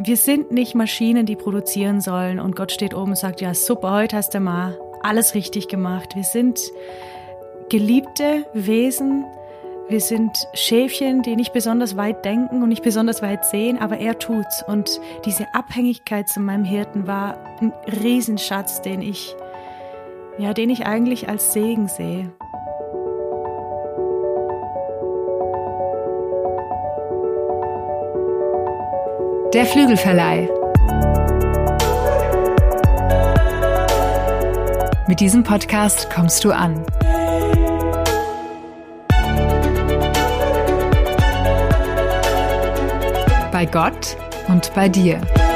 wir sind nicht Maschinen, die produzieren sollen und Gott steht oben und sagt, ja super, heute hast du mal alles richtig gemacht. Wir sind geliebte Wesen, wir sind Schäfchen, die nicht besonders weit denken und nicht besonders weit sehen, aber er tut's. Und diese Abhängigkeit zu meinem Hirten war ein Riesenschatz, den ich eigentlich als Segen sehe. Der Flügelverleih. Mit diesem Podcast kommst du an. Bei Gott und bei dir.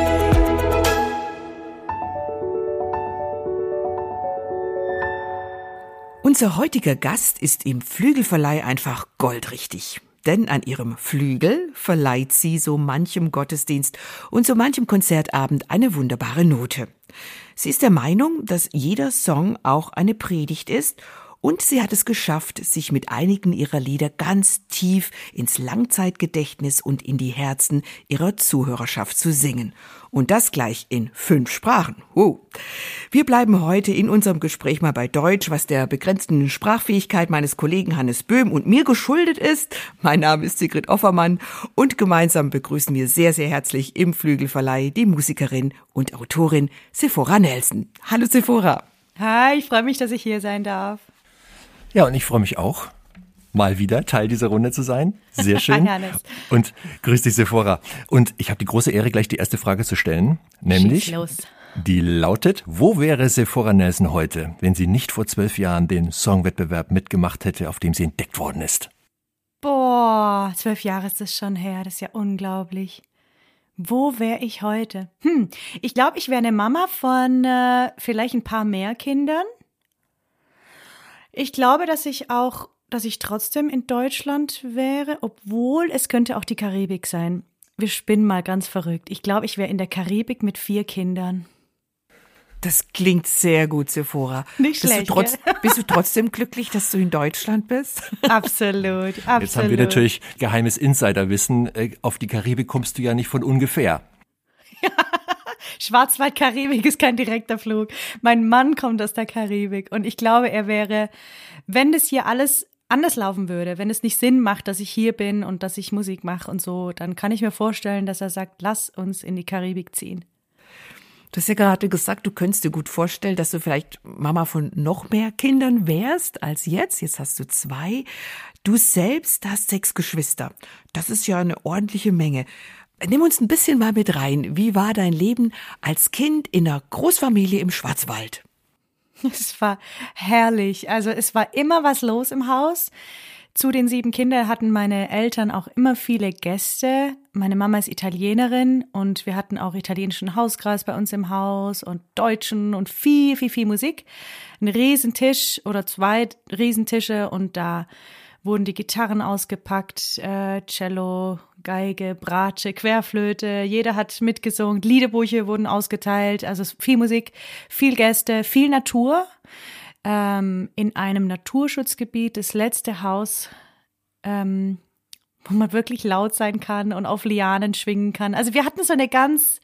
Unser heutiger Gast ist im Flügelverleih einfach goldrichtig. Denn an ihrem Flügel verleiht sie so manchem Gottesdienst und so manchem Konzertabend eine wunderbare Note. Sie ist der Meinung, dass jeder Song auch eine Predigt ist, und sie hat es geschafft, sich mit einigen ihrer Lieder ganz tief ins Langzeitgedächtnis und in die Herzen ihrer Zuhörerschaft zu singen. Und das gleich in 5 Sprachen. Wir bleiben heute in unserem Gespräch mal bei Deutsch, was der begrenzten Sprachfähigkeit meines Kollegen Hannes Böhm und mir geschuldet ist. Mein Name ist Sigrid Offermann und gemeinsam begrüßen wir sehr, sehr herzlich im Flügelverleih die Musikerin und Autorin Sephora Nelson. Hallo Sephora. Hi, ich freue mich, dass ich hier sein darf. Ja, und ich freue mich auch, mal wieder Teil dieser Runde zu sein. Sehr schön. Und grüß dich, Sephora. Und ich habe die große Ehre, gleich die erste Frage zu stellen. Nämlich, die lautet, wo wäre Sephora Nelson heute, wenn sie nicht vor 12 Jahren den Songwettbewerb mitgemacht hätte, auf dem sie entdeckt worden ist? 12 Jahre ist das schon her, das ist ja unglaublich. Wo wäre ich heute? Ich glaube, ich wäre eine Mama von vielleicht ein paar mehr Kindern. Ich glaube, dass ich trotzdem in Deutschland wäre, obwohl es könnte auch die Karibik sein. Wir spinnen mal ganz verrückt. Ich glaube, ich wäre in der Karibik mit 4 Kindern. Das klingt sehr gut, Sephora. Nicht schlecht. Bist du trotzdem glücklich, dass du in Deutschland bist? Absolut. Jetzt haben wir natürlich geheimes Insiderwissen. Auf die Karibik kommst du ja nicht von ungefähr. Schwarzwald-Karibik ist kein direkter Flug. Mein Mann kommt aus der Karibik und ich glaube, er wäre, wenn das hier alles anders laufen würde, wenn es nicht Sinn macht, dass ich hier bin und dass ich Musik mache und so, dann kann ich mir vorstellen, dass er sagt, lass uns in die Karibik ziehen. Du hast ja gerade gesagt, du könntest dir gut vorstellen, dass du vielleicht Mama von noch mehr Kindern wärst als jetzt. Jetzt hast du 2. Du selbst hast 6 Geschwister. Das ist ja eine ordentliche Menge. Nimm uns ein bisschen mal mit rein. Wie war dein Leben als Kind in einer Großfamilie im Schwarzwald? Es war herrlich. Also es war immer was los im Haus. Zu den 7 Kindern hatten meine Eltern auch immer viele Gäste. Meine Mama ist Italienerin und wir hatten auch italienischen Hauskreis bei uns im Haus und Deutschen und viel, viel, viel Musik. Ein Riesentisch oder 2 Riesentische und da wurden die Gitarren ausgepackt, Cello, Geige, Bratsche, Querflöte, jeder hat mitgesungen, Liederbücher wurden ausgeteilt, also viel Musik, viel Gäste, viel Natur. In einem Naturschutzgebiet, das letzte Haus, wo man wirklich laut sein kann und auf Lianen schwingen kann. Also wir hatten so eine ganz,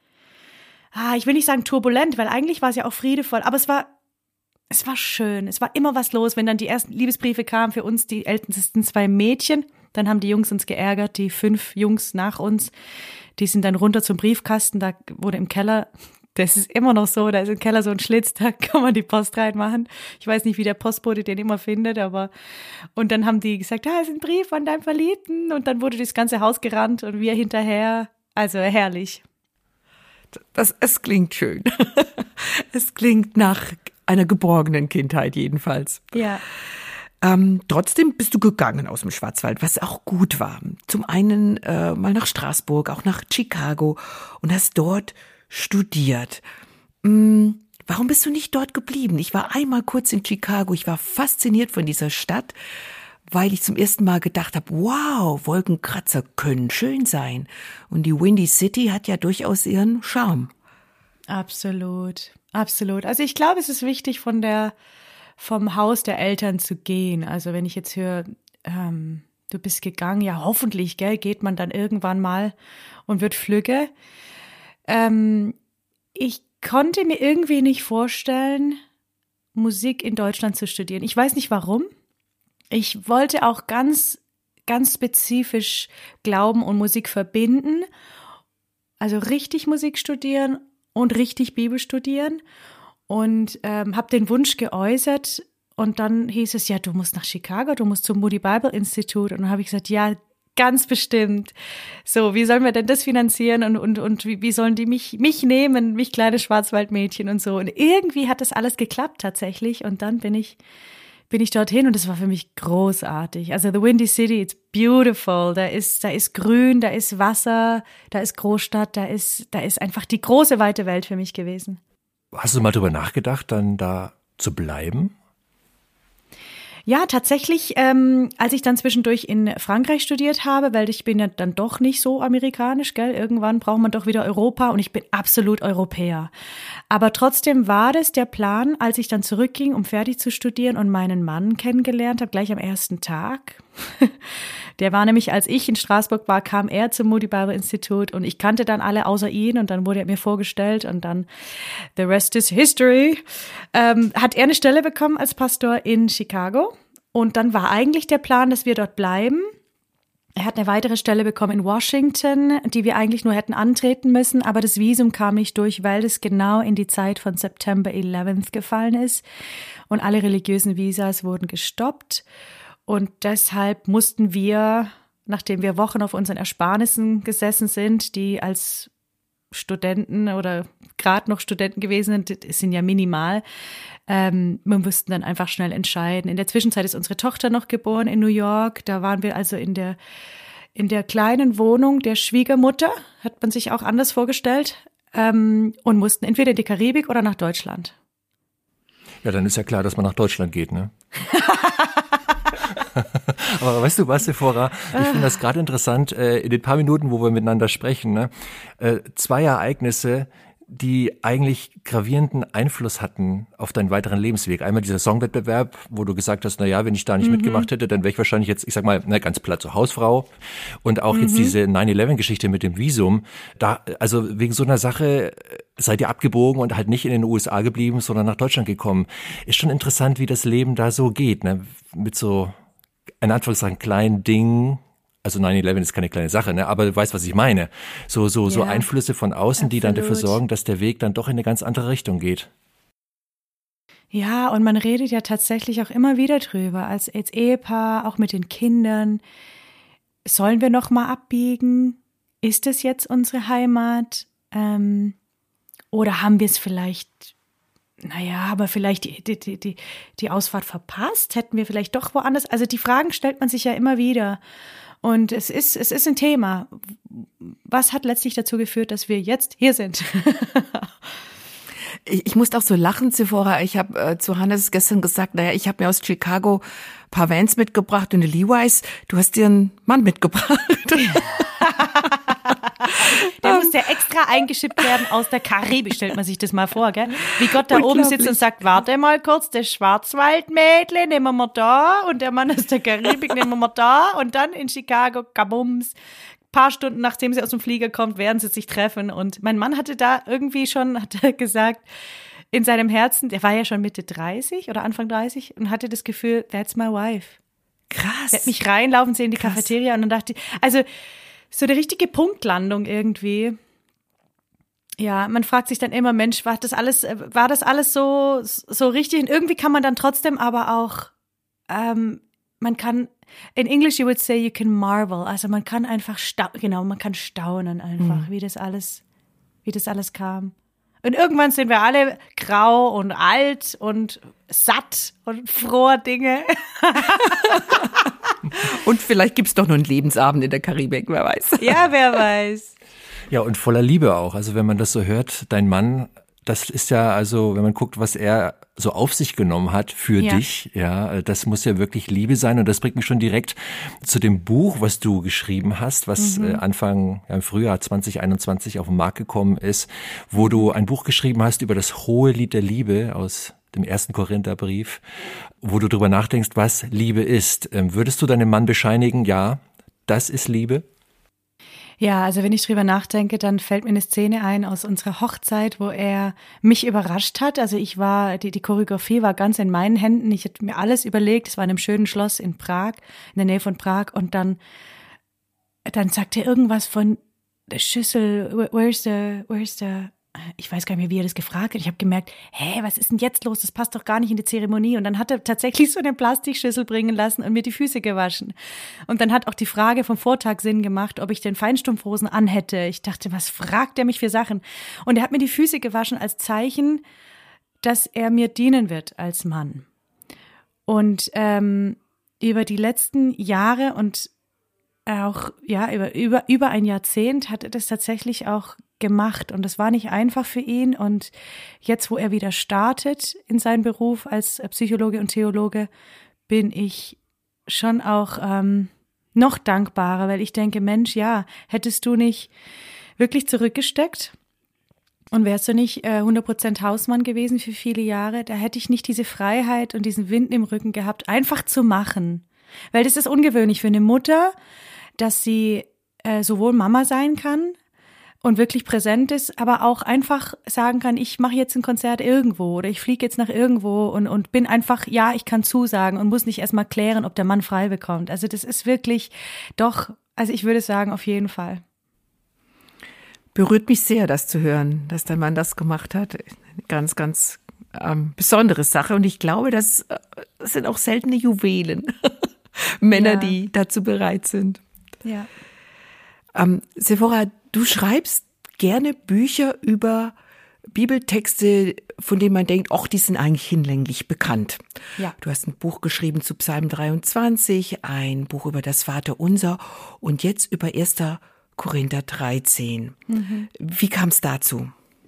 ich will nicht sagen turbulent, weil eigentlich war es ja auch friedevoll, aber es war schön, es war immer was los, wenn dann die ersten Liebesbriefe kamen für uns, die ältesten 2 Mädchen, dann haben die Jungs uns geärgert, die 5 Jungs nach uns, die sind dann runter zum Briefkasten, da wurde im Keller, das ist immer noch so, da ist im Keller so ein Schlitz, da kann man die Post reinmachen. Ich weiß nicht, wie der Postbote den immer findet, und dann haben die gesagt, ist ein Brief von deinem Verliebten, und dann wurde das ganze Haus gerannt und wir hinterher, also herrlich. Es klingt schön. Es klingt nach einer geborgenen Kindheit jedenfalls. Ja. Trotzdem bist du gegangen aus dem Schwarzwald, was auch gut war. Zum einen mal nach Straßburg, auch nach Chicago und hast dort studiert. Warum bist du nicht dort geblieben? Ich war einmal kurz in Chicago, ich war fasziniert von dieser Stadt, weil ich zum ersten Mal gedacht habe, wow, Wolkenkratzer können schön sein. Und die Windy City hat ja durchaus ihren Charme. Absolut, absolut. Also ich glaube, es ist wichtig, vom Haus der Eltern zu gehen. Also wenn ich jetzt höre, du bist gegangen, ja hoffentlich, geht man dann irgendwann mal und wird flügge. Ich konnte mir irgendwie nicht vorstellen, Musik in Deutschland zu studieren. Ich weiß nicht warum. Ich wollte auch ganz, ganz spezifisch Glauben und Musik verbinden. Also richtig Musik studieren und richtig Bibel studieren. Und habe den Wunsch geäußert. Und dann hieß es, ja, du musst nach Chicago, du musst zum Moody Bible Institute. Und dann habe ich gesagt, ja, ganz bestimmt. So, wie sollen wir denn das finanzieren und wie sollen die mich nehmen, mich kleines Schwarzwaldmädchen und so. Und irgendwie hat das alles geklappt tatsächlich. Und dann bin ich dorthin und das war für mich großartig. Also the Windy City, it's beautiful. Da ist Grün, da ist Wasser, da ist Großstadt, da ist einfach die große, weite Welt für mich gewesen. Hast du mal drüber nachgedacht, dann da zu bleiben? Ja, tatsächlich, als ich dann zwischendurch in Frankreich studiert habe, weil ich bin ja dann doch nicht so amerikanisch, gell? Irgendwann braucht man doch wieder Europa und ich bin absolut Europäer. Aber trotzdem war das der Plan, als ich dann zurückging, um fertig zu studieren und meinen Mann kennengelernt habe, gleich am ersten Tag. Der war nämlich, als ich in Straßburg war, kam er zum Moody Bible Institute und ich kannte dann alle außer ihn und dann wurde er mir vorgestellt und dann the rest is history. Hat er eine Stelle bekommen als Pastor in Chicago und dann war eigentlich der Plan, dass wir dort bleiben. Er hat eine weitere Stelle bekommen in Washington, die wir eigentlich nur hätten antreten müssen, aber das Visum kam nicht durch, weil es genau in die Zeit von September 11th gefallen ist und alle religiösen Visas wurden gestoppt. Und deshalb mussten wir, nachdem wir Wochen auf unseren Ersparnissen gesessen sind, die als Studenten oder gerade noch Studenten gewesen sind ja minimal, wir mussten dann einfach schnell entscheiden. In der Zwischenzeit ist unsere Tochter noch geboren in New York. Da waren wir also in der kleinen Wohnung der Schwiegermutter, hat man sich auch anders vorgestellt, und mussten entweder in die Karibik oder nach Deutschland. Ja, dann ist ja klar, dass man nach Deutschland geht, ne? Aber weißt du was, Sephora, ich finde das gerade interessant, in den paar Minuten, wo wir miteinander sprechen, ne, zwei Ereignisse, die eigentlich gravierenden Einfluss hatten auf deinen weiteren Lebensweg. Einmal dieser Songwettbewerb, wo du gesagt hast, na ja, wenn ich da nicht mitgemacht hätte, dann wäre ich wahrscheinlich jetzt, ich sag mal, ganz platt zur Hausfrau. Und auch jetzt diese 9/11-Geschichte mit dem Visum. Da, also wegen so einer Sache seid ihr abgebogen und halt nicht in den USA geblieben, sondern nach Deutschland gekommen. Ist schon interessant, wie das Leben da so geht, ne? Mit so, in Anführungszeichen, kleinen Dingen. Also 9/11 ist keine kleine Sache, ne? Aber du weißt, was ich meine. So Ja, Einflüsse von außen, die dann dafür absolut. sorgen, dass der Weg dann doch in eine ganz andere Richtung geht. Ja, und man redet ja tatsächlich auch immer wieder drüber, als Ehepaar, auch mit den Kindern. Sollen wir noch mal abbiegen? Ist es jetzt unsere Heimat? Oder haben wir es vielleicht, aber vielleicht die Ausfahrt verpasst? Hätten wir vielleicht doch woanders? Also die Fragen stellt man sich ja immer wieder. Und es ist ein Thema. Was hat letztlich dazu geführt, dass wir jetzt hier sind? Ich musste auch so lachen, Sephora. Ich habe zu Hannes gestern gesagt, ich habe mir aus Chicago ein paar Vans mitgebracht und eine Levi's. Du hast dir einen Mann mitgebracht. Der muss ja extra eingeschippt werden aus der Karibik, stellt man sich das mal vor, gell? Wie Gott da oben sitzt und sagt, warte mal kurz, das Schwarzwaldmädle nehmen wir da und der Mann aus der Karibik nehmen wir da und dann in Chicago, kabums, paar Stunden nachdem sie aus dem Flieger kommt, werden sie sich treffen und mein Mann hatte da irgendwie schon, hat er gesagt, in seinem Herzen, der war ja schon Mitte 30 oder Anfang 30 und hatte das Gefühl, that's my wife. Krass. Er hat mich reinlaufen sehen in die Cafeteria und dann dachte ich, also so eine richtige Punktlandung irgendwie. Ja, man fragt sich dann immer, Mensch, war das alles so richtig? Und irgendwie kann man dann trotzdem aber auch, man kann, in English you would say you can marvel, also man kann einfach man kann staunen einfach, wie das alles kam. Und irgendwann sind wir alle grau und alt und satt und froher Dinge. Und vielleicht gibt's doch noch einen Lebensabend in der Karibik, wer weiß. Ja, wer weiß. Ja, und voller Liebe auch. Also wenn man das so hört, dein Mann, das ist ja, also wenn man guckt, was er so auf sich genommen hat für dich, ja, das muss ja wirklich Liebe sein. Und das bringt mich schon direkt zu dem Buch, was du geschrieben hast, was im Frühjahr 2021 auf den Markt gekommen ist, wo du ein Buch geschrieben hast über das hohe Lied der Liebe aus dem 1. Korintherbrief, wo du drüber nachdenkst, was Liebe ist. Würdest du deinem Mann bescheinigen, ja, das ist Liebe? Ja, also wenn ich drüber nachdenke, dann fällt mir eine Szene ein aus unserer Hochzeit, wo er mich überrascht hat. Also die Choreografie war ganz in meinen Händen. Ich hatte mir alles überlegt. Es war in einem schönen Schloss in Prag, in der Nähe von Prag. Und dann sagte er irgendwas von der Schüssel, where's the, ich weiß gar nicht mehr, wie er das gefragt hat. Ich habe gemerkt, was ist denn jetzt los? Das passt doch gar nicht in die Zeremonie. Und dann hat er tatsächlich so eine Plastikschüssel bringen lassen und mir die Füße gewaschen. Und dann hat auch die Frage vom Vortag Sinn gemacht, ob ich denn Feinstrumpfhosen anhätte. Ich dachte, was fragt er mich für Sachen? Und er hat mir die Füße gewaschen als Zeichen, dass er mir dienen wird als Mann. Und über die letzten Jahre und auch über ein Jahrzehnt hat er das tatsächlich auch gemacht und das war nicht einfach für ihn und jetzt, wo er wieder startet in seinen Beruf als Psychologe und Theologe, bin ich schon auch noch dankbarer, weil ich denke, Mensch, ja, hättest du nicht wirklich zurückgesteckt und wärst du nicht 100% Hausmann gewesen für viele Jahre, da hätte ich nicht diese Freiheit und diesen Wind im Rücken gehabt, einfach zu machen, weil das ist ungewöhnlich für eine Mutter, dass sie sowohl Mama sein kann und wirklich präsent ist, aber auch einfach sagen kann, ich mache jetzt ein Konzert irgendwo oder ich fliege jetzt nach irgendwo und bin einfach, ja, ich kann zusagen und muss nicht erstmal klären, ob der Mann frei bekommt. Also das ist wirklich doch, also ich würde sagen, auf jeden Fall. Berührt mich sehr, das zu hören, dass dein Mann das gemacht hat. Eine ganz, ganz besondere Sache und ich glaube, das sind auch seltene Juwelen. Männer, die dazu bereit sind. Ja. Sephora, du schreibst gerne Bücher über Bibeltexte, von denen man denkt, die sind eigentlich hinlänglich bekannt. Ja. Du hast ein Buch geschrieben zu Psalm 23, ein Buch über das Vaterunser und jetzt über 1. Korinther 13. Mhm. Wie kam es dazu?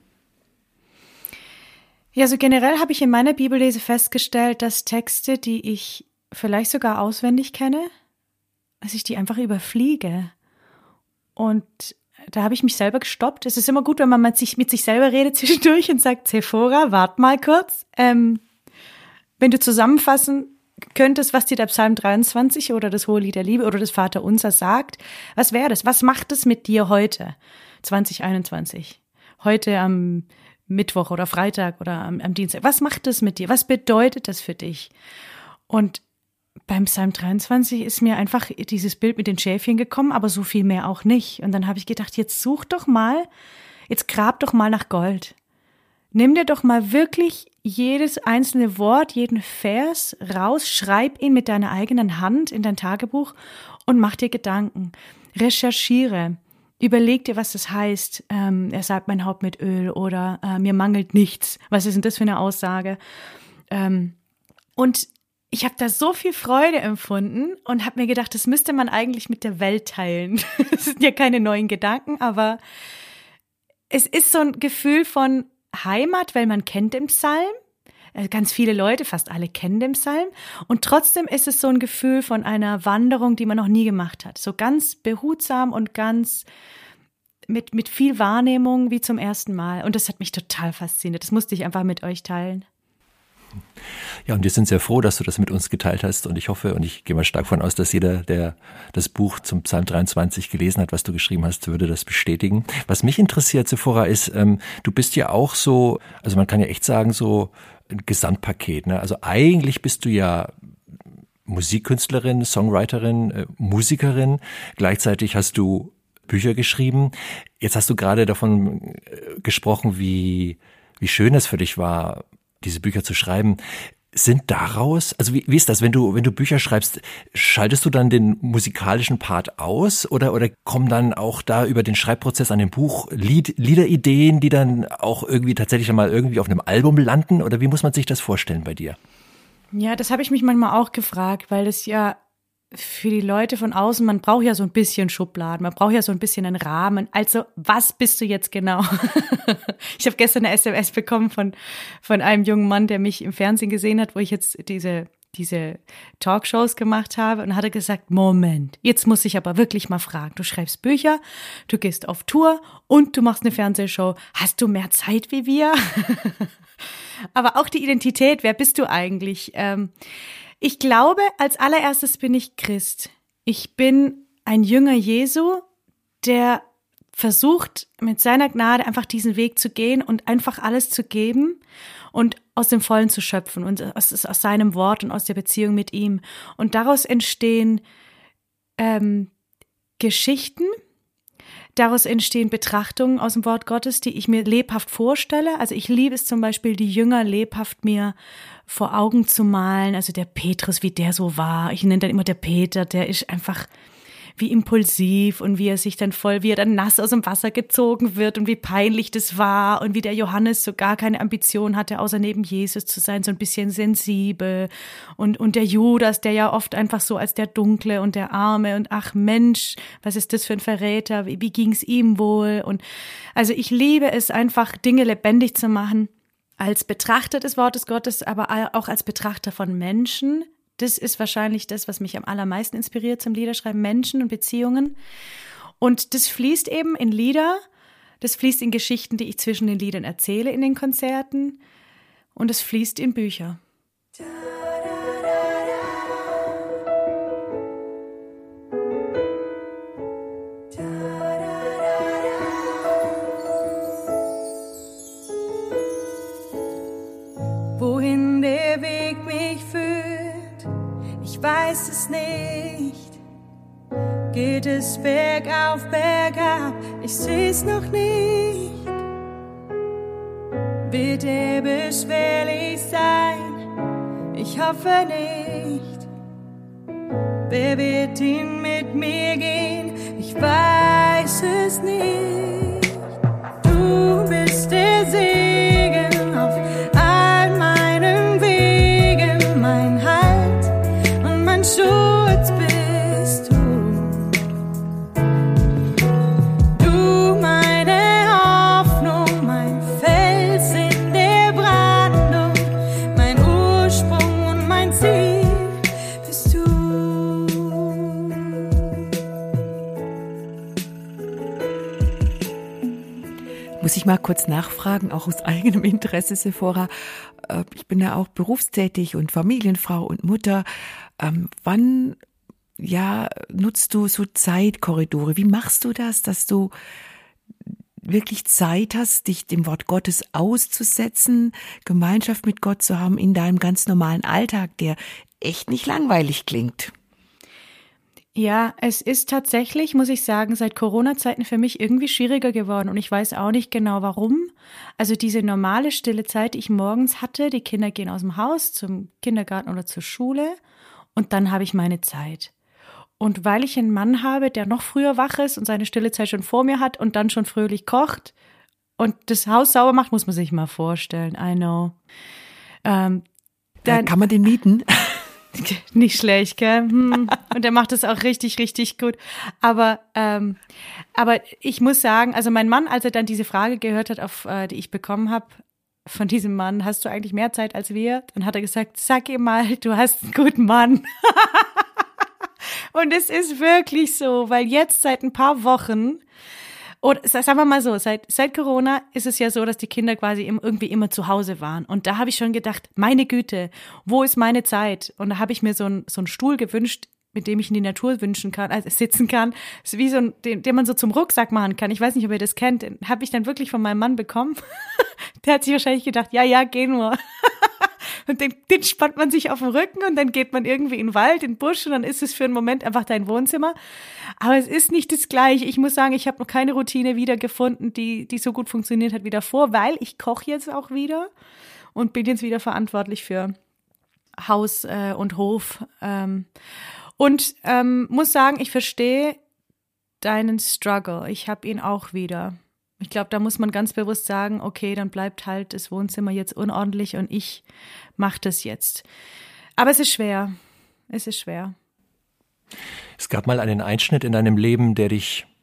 Ja, so generell habe ich in meiner Bibellese festgestellt, dass Texte, die ich vielleicht sogar auswendig kenne, dass ich die einfach überfliege. Und da habe ich mich selber gestoppt. Es ist immer gut, wenn man mit sich selber redet zwischendurch und sagt, Sephora, wart mal kurz. Wenn du zusammenfassen könntest, was dir der Psalm 23 oder das Hohelied der Liebe oder das Vaterunser sagt, was wäre das? Was macht es mit dir heute, 2021? Heute am Mittwoch oder Freitag oder am Dienstag. Was macht es mit dir? Was bedeutet das für dich? Und beim Psalm 23 ist mir einfach dieses Bild mit den Schäfchen gekommen, aber so viel mehr auch nicht. Und dann habe ich gedacht, jetzt grab doch mal nach Gold. Nimm dir doch mal wirklich jedes einzelne Wort, jeden Vers raus, schreib ihn mit deiner eigenen Hand in dein Tagebuch und mach dir Gedanken. Recherchiere, überleg dir, was das heißt. Er salbt mein Haupt mit Öl oder mir mangelt nichts. Was ist denn das für eine Aussage? Und ich habe da so viel Freude empfunden und habe mir gedacht, das müsste man eigentlich mit der Welt teilen. Das sind ja keine neuen Gedanken, aber es ist so ein Gefühl von Heimat, weil man kennt den Psalm. Ganz viele Leute, fast alle kennen den Psalm. Und trotzdem ist es so ein Gefühl von einer Wanderung, die man noch nie gemacht hat. So ganz behutsam und ganz mit viel Wahrnehmung wie zum ersten Mal. Und das hat mich total fasziniert. Das musste ich einfach mit euch teilen. Ja, und wir sind sehr froh, dass du das mit uns geteilt hast und ich hoffe und ich gehe mal stark davon aus, dass jeder, der das Buch zum Psalm 23 gelesen hat, was du geschrieben hast, würde das bestätigen. Was mich interessiert, Sephora, ist, du bist ja auch so, also man kann ja echt sagen, so ein Gesamtpaket, ne? Also eigentlich bist du ja Musikkünstlerin, Songwriterin, Musikerin, gleichzeitig hast du Bücher geschrieben. Jetzt hast du gerade davon gesprochen, wie schön es für dich war, diese Bücher zu schreiben. Sind daraus, also wie ist das, wenn du Bücher schreibst, schaltest du dann den musikalischen Part aus oder kommen dann auch da über den Schreibprozess an dem Buch Liederideen, die dann auch irgendwie tatsächlich mal irgendwie auf einem Album landen oder wie muss man sich das vorstellen bei dir? Ja, das habe ich mich manchmal auch gefragt, weil das ja für die Leute von außen, man braucht ja so ein bisschen Schubladen, man braucht ja so ein bisschen einen Rahmen. Also, was bist du jetzt genau? Ich habe gestern eine SMS bekommen von einem jungen Mann, der mich im Fernsehen gesehen hat, wo ich jetzt diese Talkshows gemacht habe und hatte gesagt, Moment, jetzt muss ich aber wirklich mal fragen. Du schreibst Bücher, du gehst auf Tour und du machst eine Fernsehshow. Hast du mehr Zeit wie wir? Aber auch die Identität, wer bist du eigentlich? Ich glaube, als allererstes bin ich Christ. Ich bin ein Jünger Jesu, der versucht mit seiner Gnade einfach diesen Weg zu gehen und einfach alles zu geben und aus dem Vollen zu schöpfen und aus seinem Wort und aus der Beziehung mit ihm. Und daraus entstehen Geschichten, daraus entstehen Betrachtungen aus dem Wort Gottes, die ich mir lebhaft vorstelle. Also ich liebe es zum Beispiel, die Jünger lebhaft mir vor Augen zu malen. Also der Petrus, wie der so war. Ich nenne dann immer der Peter, der ist einfach wie impulsiv und wie er dann nass aus dem Wasser gezogen wird und wie peinlich das war und wie der Johannes so gar keine Ambition hatte, außer neben Jesus zu sein, so ein bisschen sensibel und der Judas, der ja oft einfach so als der Dunkle und der Arme und ach Mensch, was ist das für ein Verräter, wie ging's ihm wohl? Und also ich liebe es einfach, Dinge lebendig zu machen, als Betrachter des Wortes Gottes, aber auch als Betrachter von Menschen. Das ist wahrscheinlich das, was mich am allermeisten inspiriert zum Liederschreiben, Menschen und Beziehungen. Und das fließt eben in Lieder, das fließt in Geschichten, die ich zwischen den Liedern erzähle in den Konzerten und es fließt in Bücher. Wohin der Weg mich führt, ich weiß es nicht. Geht es bergauf, bergab, ich seh's noch nicht. Wird er beschwerlich sein? Ich hoffe nicht. Wer wird ihn mit mir gehen? Ich weiß es nicht. Du bist der Segen auf all meinen Wegen, mein Halt und mein Schutz bist du. Du meine Hoffnung, mein Fels in der Brandung, mein Ursprung und mein Ziel bist du. Muss ich mal kurz nachfragen, auch aus eigenem Interesse, Sephora. Ich bin ja auch berufstätig und Familienfrau und Mutter. Wann nutzt du so Zeitkorridore? Wie machst du das, dass du wirklich Zeit hast, dich dem Wort Gottes auszusetzen, Gemeinschaft mit Gott zu haben in deinem ganz normalen Alltag, der echt nicht langweilig klingt? Ja, es ist tatsächlich, muss ich sagen, seit Corona-Zeiten für mich irgendwie schwieriger geworden und ich weiß auch nicht genau warum. Also diese normale stille Zeit, die ich morgens hatte, die Kinder gehen aus dem Haus zum Kindergarten oder zur Schule und dann habe ich meine Zeit. Und weil ich einen Mann habe, der noch früher wach ist und seine stille Zeit schon vor mir hat und dann schon fröhlich kocht und das Haus sauber macht, muss man sich mal vorstellen. I know. Dann kann man den mieten? Nicht schlecht, gell? Und er macht es auch richtig, richtig gut. Aber ich muss sagen, also mein Mann, als er dann diese Frage gehört hat, die ich bekommen habe, von diesem Mann, hast du eigentlich mehr Zeit als wir? Dann hat er gesagt, sag ihm mal, du hast einen guten Mann. Und es ist wirklich so, weil jetzt seit ein paar Wochen, oder sagen wir mal so, seit Corona ist es ja so, dass die Kinder quasi irgendwie immer zu Hause waren. Und da habe ich schon gedacht, meine Güte, wo ist meine Zeit? Und da habe ich mir so einen Stuhl gewünscht, mit dem ich in die Natur sitzen kann. Das ist wie so den man so zum Rucksack machen kann. Ich weiß nicht, ob ihr das kennt. Den habe ich dann wirklich von meinem Mann bekommen. Der hat sich wahrscheinlich gedacht, ja, geh nur. Und den spannt man sich auf den Rücken und dann geht man irgendwie in den Wald, in den Busch und dann ist es für einen Moment einfach dein Wohnzimmer. Aber es ist nicht das Gleiche. Ich muss sagen, ich habe noch keine Routine wiedergefunden, die so gut funktioniert hat wie davor, weil ich koche jetzt auch wieder und bin jetzt wieder verantwortlich für Haus und Hof. Und muss sagen, ich verstehe deinen Struggle. Ich habe ihn auch wieder. Ich glaube, da muss man ganz bewusst sagen, okay, dann bleibt halt das Wohnzimmer jetzt unordentlich und ich mache das jetzt. Aber es ist schwer. Es ist schwer. Es gab mal einen Einschnitt in deinem Leben, der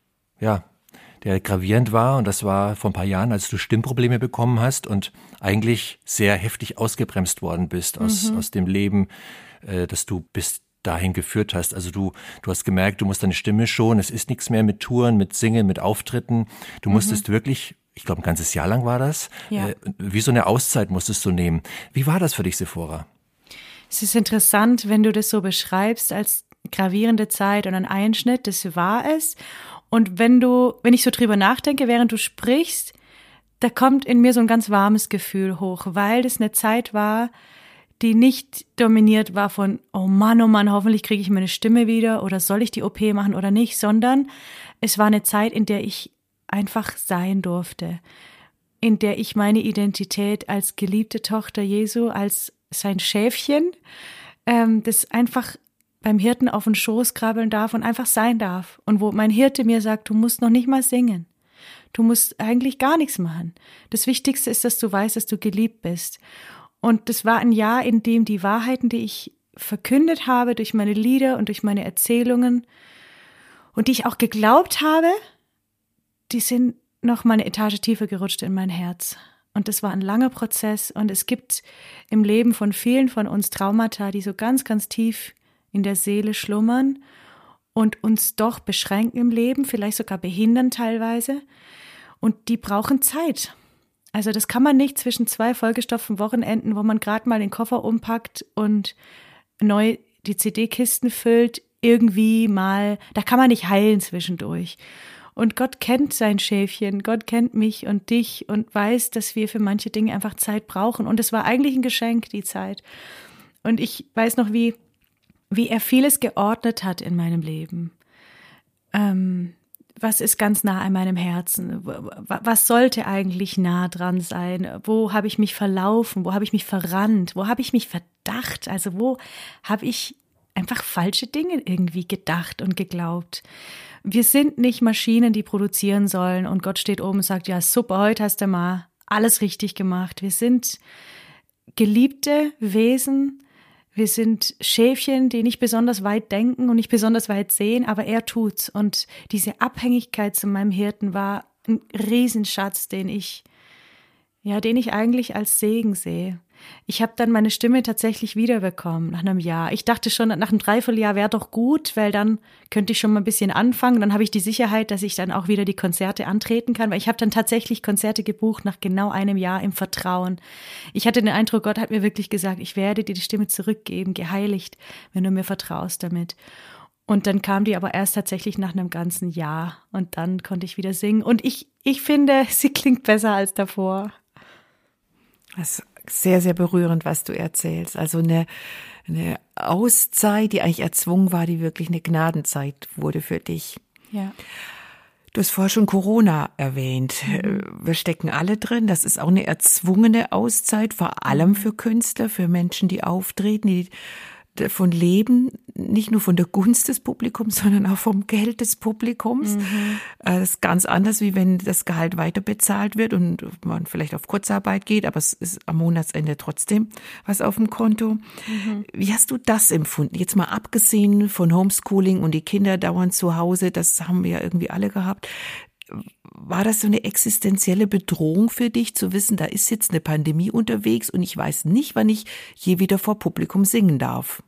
gravierend war. Und das war vor ein paar Jahren, als du Stimmprobleme bekommen hast und eigentlich sehr heftig ausgebremst worden bist aus dem Leben, das du bis dahin geführt hast. Also du hast gemerkt, du musst deine Stimme schonen. Es ist nichts mehr mit Touren, mit Singen, mit Auftritten. Du musstest wirklich, ich glaube ein ganzes Jahr lang war das, wie so eine Auszeit musstest du nehmen. Wie war das für dich, Sephora? Es ist interessant, wenn du das so beschreibst als gravierende Zeit und ein Einschnitt, das war es. Und wenn ich so drüber nachdenke, während du sprichst, da kommt in mir so ein ganz warmes Gefühl hoch, weil das eine Zeit war, die nicht dominiert war von, oh Mann, hoffentlich kriege ich meine Stimme wieder oder soll ich die OP machen oder nicht, sondern es war eine Zeit, in der ich einfach sein durfte, in der ich meine Identität als geliebte Tochter Jesu, als sein Schäfchen, das einfach beim Hirten auf den Schoß krabbeln darf und einfach sein darf. Und wo mein Hirte mir sagt, du musst noch nicht mal singen. Du musst eigentlich gar nichts machen. Das Wichtigste ist, dass du weißt, dass du geliebt bist. Und das war ein Jahr, in dem die Wahrheiten, die ich verkündet habe durch meine Lieder und durch meine Erzählungen und die ich auch geglaubt habe, die sind noch mal eine Etage tiefer gerutscht in mein Herz. Und das war ein langer Prozess. Und es gibt im Leben von vielen von uns Traumata, die so ganz, ganz tief in der Seele schlummern und uns doch beschränken im Leben, vielleicht sogar behindern teilweise. Und die brauchen Zeit. Also das kann man nicht zwischen 2 vollgestopften Wochenenden, wo man gerade mal den Koffer umpackt und neu die CD-Kisten füllt, irgendwie mal, da kann man nicht heilen zwischendurch. Und Gott kennt sein Schäfchen, Gott kennt mich und dich und weiß, dass wir für manche Dinge einfach Zeit brauchen. Und es war eigentlich ein Geschenk, die Zeit. Und ich weiß noch, wie er vieles geordnet hat in meinem Leben. Was ist ganz nah an meinem Herzen? Was sollte eigentlich nah dran sein? Wo habe ich mich verlaufen? Wo habe ich mich verrannt? Wo habe ich mich verdacht? Also wo habe ich einfach falsche Dinge irgendwie gedacht und geglaubt? Wir sind nicht Maschinen, die produzieren sollen und Gott steht oben und sagt, ja super, heute hast du mal alles richtig gemacht. Wir sind geliebte Wesen. Wir sind Schäfchen, die nicht besonders weit denken und nicht besonders weit sehen, aber er tut's. Und diese Abhängigkeit zu meinem Hirten war ein Riesenschatz, den ich eigentlich als Segen sehe. Ich habe dann meine Stimme tatsächlich wiederbekommen nach einem Jahr. Ich dachte schon, nach einem Dreivierteljahr wäre doch gut, weil dann könnte ich schon mal ein bisschen anfangen. Dann habe ich die Sicherheit, dass ich dann auch wieder die Konzerte antreten kann, weil ich habe dann tatsächlich Konzerte gebucht nach genau einem Jahr im Vertrauen. Ich hatte den Eindruck, Gott hat mir wirklich gesagt, ich werde dir die Stimme zurückgeben, geheiligt, wenn du mir vertraust damit. Und dann kam die aber erst tatsächlich nach einem ganzen Jahr und dann konnte ich wieder singen. Und ich finde, sie klingt besser als davor. Das ist sehr, sehr berührend, was du erzählst. Also eine Auszeit, die eigentlich erzwungen war, die wirklich eine Gnadenzeit wurde für dich. Ja. Du hast vorher schon Corona erwähnt. Wir stecken alle drin. Das ist auch eine erzwungene Auszeit, vor allem für Künstler, für Menschen, die auftreten, die davon leben, nicht nur von der Gunst des Publikums, sondern auch vom Geld des Publikums. Das ist ganz anders, wie wenn das Gehalt weiter bezahlt wird und man vielleicht auf Kurzarbeit geht, aber es ist am Monatsende trotzdem was auf dem Konto. Wie hast du das empfunden? Jetzt mal abgesehen von Homeschooling und die Kinder dauernd zu Hause, das haben wir ja irgendwie alle gehabt. War das so eine existenzielle Bedrohung für dich, zu wissen, da ist jetzt eine Pandemie unterwegs und ich weiß nicht, wann ich je wieder vor Publikum singen darf?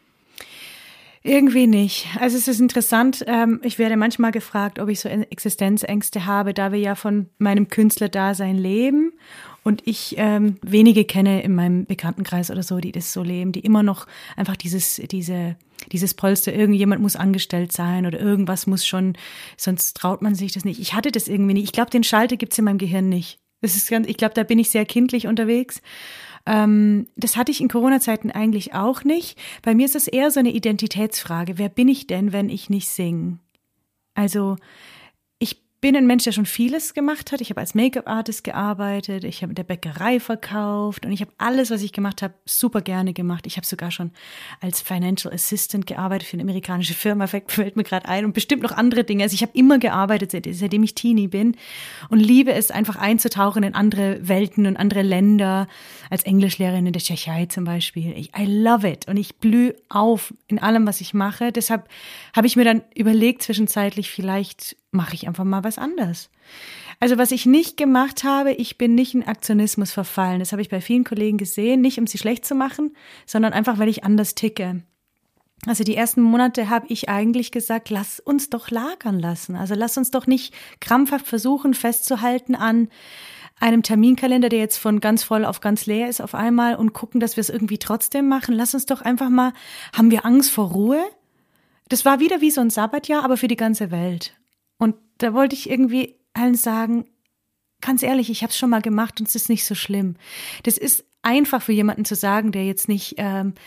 Irgendwie nicht. Also es ist interessant, ich werde manchmal gefragt, ob ich so Existenzängste habe, da wir ja von meinem Künstlerdasein leben und ich wenige kenne in meinem Bekanntenkreis oder so, die das so leben, die immer noch einfach dieses Polster, irgendjemand muss angestellt sein oder irgendwas muss schon, sonst traut man sich das nicht. Ich hatte das irgendwie nicht. Ich glaube, den Schalter gibt's in meinem Gehirn nicht. Ich glaube, da bin ich sehr kindlich unterwegs. Das hatte ich in Corona-Zeiten eigentlich auch nicht. Bei mir ist es eher so eine Identitätsfrage. Wer bin ich denn, wenn ich nicht singe? Also ich bin ein Mensch, der schon vieles gemacht hat. Ich habe als Make-up-Artist gearbeitet, ich habe in der Bäckerei verkauft und ich habe alles, was ich gemacht habe, super gerne gemacht. Ich habe sogar schon als Financial Assistant gearbeitet für eine amerikanische Firma, fällt mir gerade ein, und bestimmt noch andere Dinge. Also ich habe immer gearbeitet, seitdem ich Teenie bin, und liebe es einfach einzutauchen in andere Welten und andere Länder, als Englischlehrerin in der Tschechei zum Beispiel. I love it und ich blühe auf in allem, was ich mache. Deshalb habe ich mir dann überlegt, zwischenzeitlich vielleicht mache ich einfach mal was anderes. Also was ich nicht gemacht habe, ich bin nicht in Aktionismus verfallen. Das habe ich bei vielen Kollegen gesehen, nicht um sie schlecht zu machen, sondern einfach, weil ich anders ticke. Also die ersten Monate habe ich eigentlich gesagt, lass uns doch lagern lassen. Also lass uns doch nicht krampfhaft versuchen, festzuhalten an einem Terminkalender, der jetzt von ganz voll auf ganz leer ist auf einmal, und gucken, dass wir es irgendwie trotzdem machen. Lass uns doch einfach mal, haben wir Angst vor Ruhe? Das war wieder wie so ein Sabbatjahr, aber für die ganze Welt. Und da wollte ich irgendwie allen sagen, ganz ehrlich, ich habe es schon mal gemacht und es ist nicht so schlimm. Das ist einfach für jemanden zu sagen, der jetzt nicht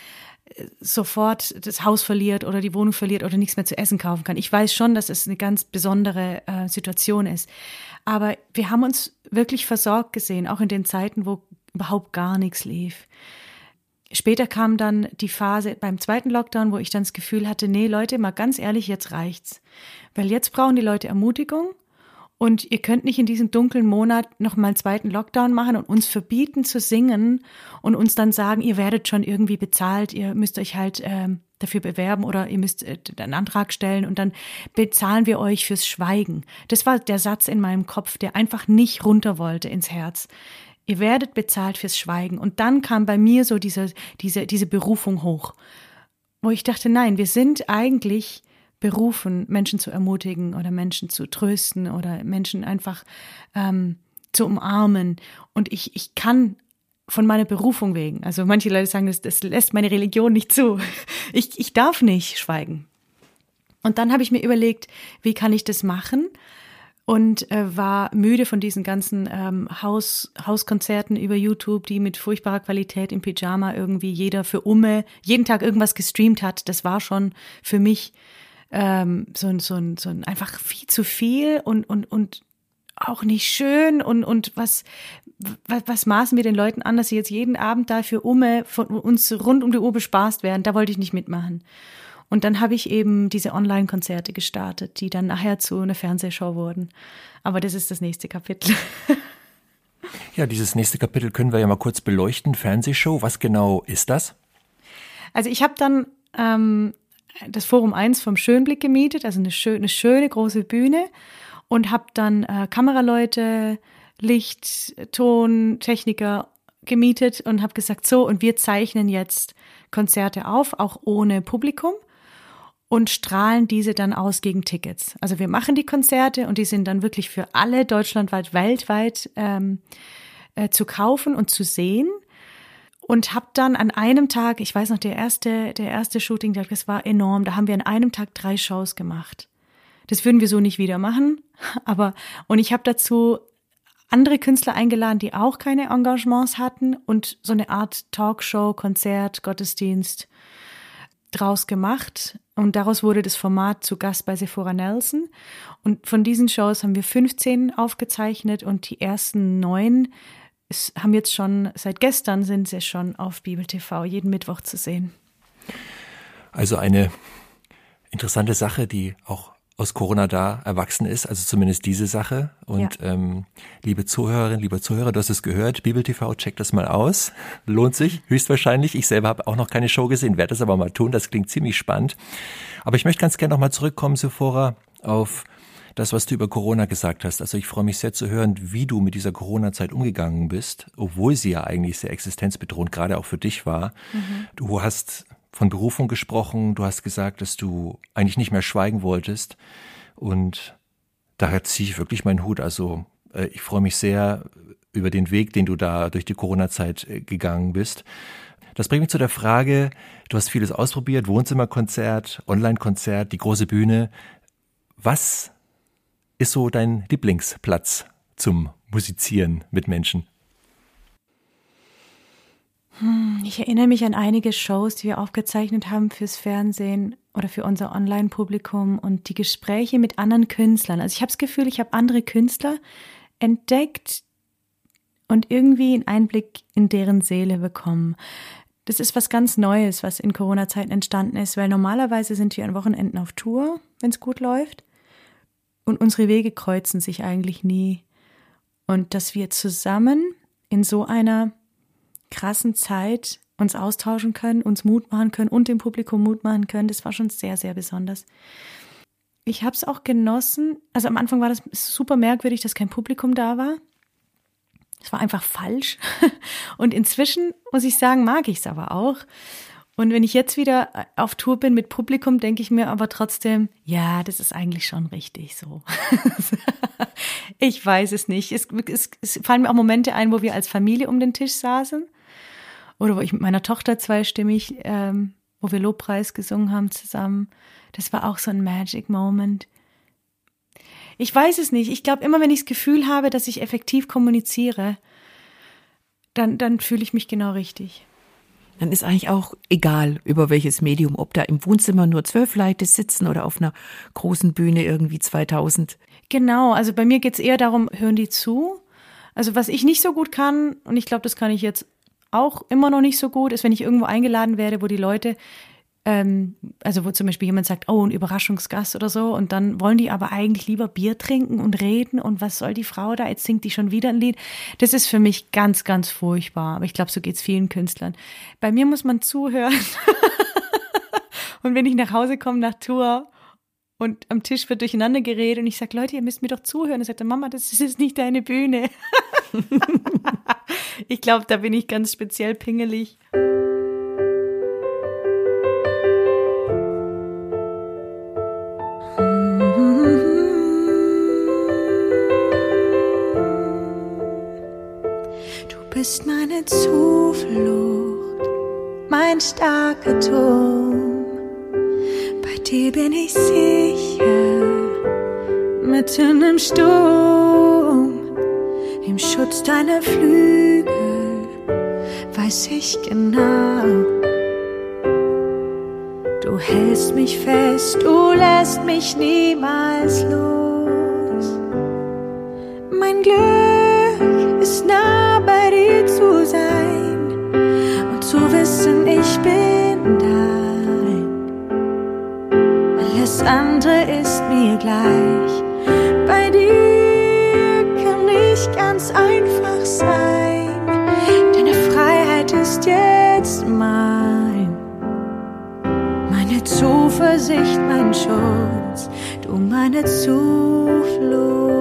sofort das Haus verliert oder die Wohnung verliert oder nichts mehr zu essen kaufen kann. Ich weiß schon, dass es eine ganz besondere Situation ist. Aber wir haben uns wirklich versorgt gesehen, auch in den Zeiten, wo überhaupt gar nichts lief. Später kam dann die Phase beim zweiten Lockdown, wo ich dann das Gefühl hatte, nee Leute, mal ganz ehrlich, jetzt reicht's. Weil jetzt brauchen die Leute Ermutigung und ihr könnt nicht in diesem dunklen Monat noch mal einen zweiten Lockdown machen und uns verbieten zu singen und uns dann sagen, ihr werdet schon irgendwie bezahlt, ihr müsst euch halt dafür bewerben oder ihr müsst einen Antrag stellen und dann bezahlen wir euch fürs Schweigen. Das war der Satz in meinem Kopf, der einfach nicht runter wollte ins Herz. Ihr werdet bezahlt fürs Schweigen. Und dann kam bei mir so diese Berufung hoch, wo ich dachte, nein, wir sind eigentlich berufen, Menschen zu ermutigen oder Menschen zu trösten oder Menschen einfach zu umarmen. Und ich kann von meiner Berufung wegen, also manche Leute sagen, das lässt meine Religion nicht zu. Ich darf nicht schweigen. Und dann habe ich mir überlegt, wie kann ich das machen? Und war müde von diesen ganzen Hauskonzerten über YouTube, die mit furchtbarer Qualität im Pyjama irgendwie jeder für jeden Tag irgendwas gestreamt hat. Das war schon für mich so ein einfach viel zu viel und auch nicht schön und was maßen wir den Leuten an, dass sie jetzt jeden Abend da für von uns rund um die Uhr bespaßt werden. Da wollte ich nicht mitmachen. Und dann habe ich eben diese Online-Konzerte gestartet, die dann nachher zu einer Fernsehshow wurden. Aber das ist das nächste Kapitel. Ja, dieses nächste Kapitel können wir ja mal kurz beleuchten. Fernsehshow, was genau ist das? Also ich habe dann das Forum 1 vom Schönblick gemietet, also eine schöne große Bühne und habe dann Kameraleute, Licht, Ton, Techniker gemietet und habe gesagt, so, und wir zeichnen jetzt Konzerte auf, auch ohne Publikum. Und strahlen diese dann aus gegen Tickets. Also wir machen die Konzerte und die sind dann wirklich für alle deutschlandweit, weltweit zu kaufen und zu sehen. Und habe dann an einem Tag, ich weiß noch, der erste Shooting-Tag, das war enorm, da haben wir an einem Tag 3 Shows gemacht. Das würden wir so nicht wieder machen. Und ich habe dazu andere Künstler eingeladen, die auch keine Engagements hatten und so eine Art Talkshow, Konzert, Gottesdienst draus gemacht. Und daraus wurde das Format Zu Gast bei Sephora Nelson. Und von diesen Shows haben wir 15 aufgezeichnet und die ersten 9 haben jetzt schon, seit gestern sind sie schon auf Bibel TV, jeden Mittwoch zu sehen. Also eine interessante Sache, die auch aus Corona da erwachsen ist, also zumindest diese Sache. Und ja. Liebe Zuhörerinnen, lieber Zuhörer, du hast es gehört, Bibel TV, check das mal aus. Lohnt sich, höchstwahrscheinlich. Ich selber habe auch noch keine Show gesehen, werde das aber mal tun, das klingt ziemlich spannend. Aber ich möchte ganz gerne nochmal zurückkommen, Sephora, auf das, was du über Corona gesagt hast. Also ich freue mich sehr zu hören, wie du mit dieser Corona-Zeit umgegangen bist, obwohl sie ja eigentlich sehr existenzbedrohend gerade auch für dich war. Mhm. Du hast von Berufung gesprochen, du hast gesagt, dass du eigentlich nicht mehr schweigen wolltest und daher ziehe ich wirklich meinen Hut. Also ich freue mich sehr über den Weg, den du da durch die Corona-Zeit gegangen bist. Das bringt mich zu der Frage, du hast vieles ausprobiert, Wohnzimmerkonzert, Online-Konzert, die große Bühne. Was ist so dein Lieblingsplatz zum Musizieren mit Menschen? Ich erinnere mich an einige Shows, die wir aufgezeichnet haben fürs Fernsehen oder für unser Online-Publikum und die Gespräche mit anderen Künstlern. Also ich habe das Gefühl, ich habe andere Künstler entdeckt und irgendwie einen Einblick in deren Seele bekommen. Das ist was ganz Neues, was in Corona-Zeiten entstanden ist, weil normalerweise sind wir an Wochenenden auf Tour, wenn es gut läuft. Und unsere Wege kreuzen sich eigentlich nie. Und dass wir zusammen in so einer krassen Zeit uns austauschen können, uns Mut machen können und dem Publikum Mut machen können, das war schon sehr, sehr besonders. Ich habe es auch genossen. Also am Anfang war das super merkwürdig, dass kein Publikum da war. Es war einfach falsch. Und inzwischen, muss ich sagen, mag ich es aber auch. Und wenn ich jetzt wieder auf Tour bin mit Publikum, denke ich mir aber trotzdem, ja, das ist eigentlich schon richtig so. Ich weiß es nicht. Es fallen mir auch Momente ein, wo wir als Familie um den Tisch saßen oder wo ich mit meiner Tochter zweistimmig, wo wir Lobpreis gesungen haben zusammen. Das war auch so ein Magic Moment. Ich weiß es nicht. Ich glaube, immer wenn ich das Gefühl habe, dass ich effektiv kommuniziere, dann fühle ich mich genau richtig. Dann ist eigentlich auch egal, über welches Medium, ob da im Wohnzimmer nur 12 Leute sitzen oder auf einer großen Bühne irgendwie 2000. Genau, also bei mir geht's eher darum, hören die zu? Also was ich nicht so gut kann, und ich glaube, das kann ich jetzt auch immer noch nicht so gut, ist, wenn ich irgendwo eingeladen werde, wo die Leute, also wo zum Beispiel jemand sagt, oh, ein Überraschungsgast oder so, und dann wollen die aber eigentlich lieber Bier trinken und reden und was soll die Frau da, jetzt singt die schon wieder ein Lied. Das ist für mich ganz, ganz furchtbar, aber ich glaube, so geht's vielen Künstlern. Bei mir muss man zuhören und wenn ich nach Hause komme nach Tour und am Tisch wird durcheinander geredet und ich sage, Leute, ihr müsst mir doch zuhören. Dann sagt er, Mama, das ist nicht deine Bühne. Ich glaube, da bin ich ganz speziell pingelig. Du bist meine Zuflucht, mein starker Turm. Bei dir bin ich sicher, mitten im Sturm. Im Schutz deiner Flügel weiß ich genau. Du hältst mich fest, du lässt mich niemals los. Mein Glück ist nah bei dir zu sein und zu wissen, ich bin dein. Alles andere ist mir gleich. Bei dir kann ich ganz einfach sein. Deine Freiheit ist jetzt mein. Meine Zuversicht, mein Schutz, du meine Zuflucht.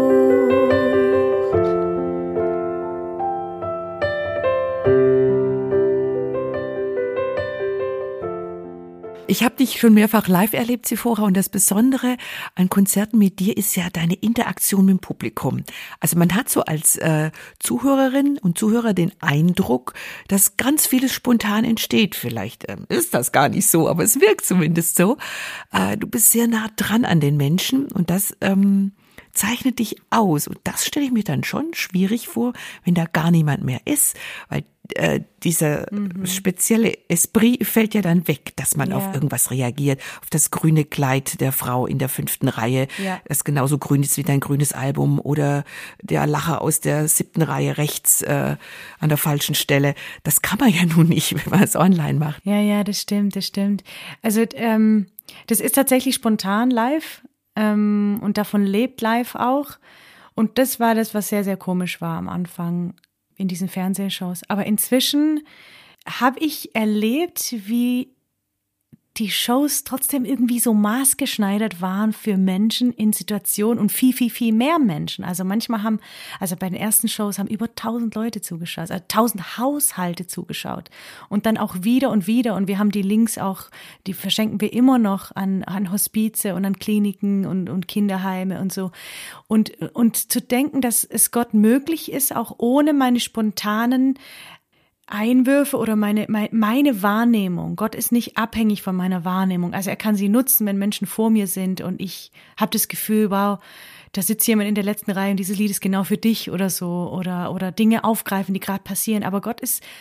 Ich habe dich schon mehrfach live erlebt, Sephora, und das Besondere an Konzerten mit dir ist ja deine Interaktion mit dem Publikum. Also man hat so als Zuhörerin und Zuhörer den Eindruck, dass ganz vieles spontan entsteht. Vielleicht ist das gar nicht so, aber es wirkt zumindest so. Du bist sehr nah dran an den Menschen und das zeichnet dich aus. Und das stelle ich mir dann schon schwierig vor, wenn da gar niemand mehr ist, weil dieser spezielle Esprit fällt ja dann weg, dass man auf irgendwas reagiert, auf das grüne Kleid der Frau in der 5. Reihe, das genauso grün ist wie dein grünes Album, oder der Lacher aus der 7. Reihe rechts an der falschen Stelle. Das kann man ja nun nicht, wenn man es online macht. Ja, das stimmt. Also das ist tatsächlich spontan live und davon lebt live auch. Und das war das, was sehr, sehr komisch war am Anfang in diesen Fernsehshows. Aber inzwischen habe ich erlebt, wie die Shows trotzdem irgendwie so maßgeschneidert waren für Menschen in Situationen und viel, viel, viel mehr Menschen. Also manchmal bei den ersten Shows haben über 1000 Leute zugeschaut, also 1000 Haushalte zugeschaut. Und dann auch wieder und wieder. Und wir haben die Links auch, die verschenken wir immer noch an Hospize und an Kliniken und Kinderheime und so. Und zu denken, dass es Gott möglich ist, auch ohne meine spontanen Einwürfe oder meine Wahrnehmung. Gott ist nicht abhängig von meiner Wahrnehmung. Also er kann sie nutzen, wenn Menschen vor mir sind und ich habe das Gefühl, wow, da sitzt jemand in der letzten Reihe und dieses Lied ist genau für dich oder so, oder Dinge aufgreifen, die gerade passieren. Aber Gott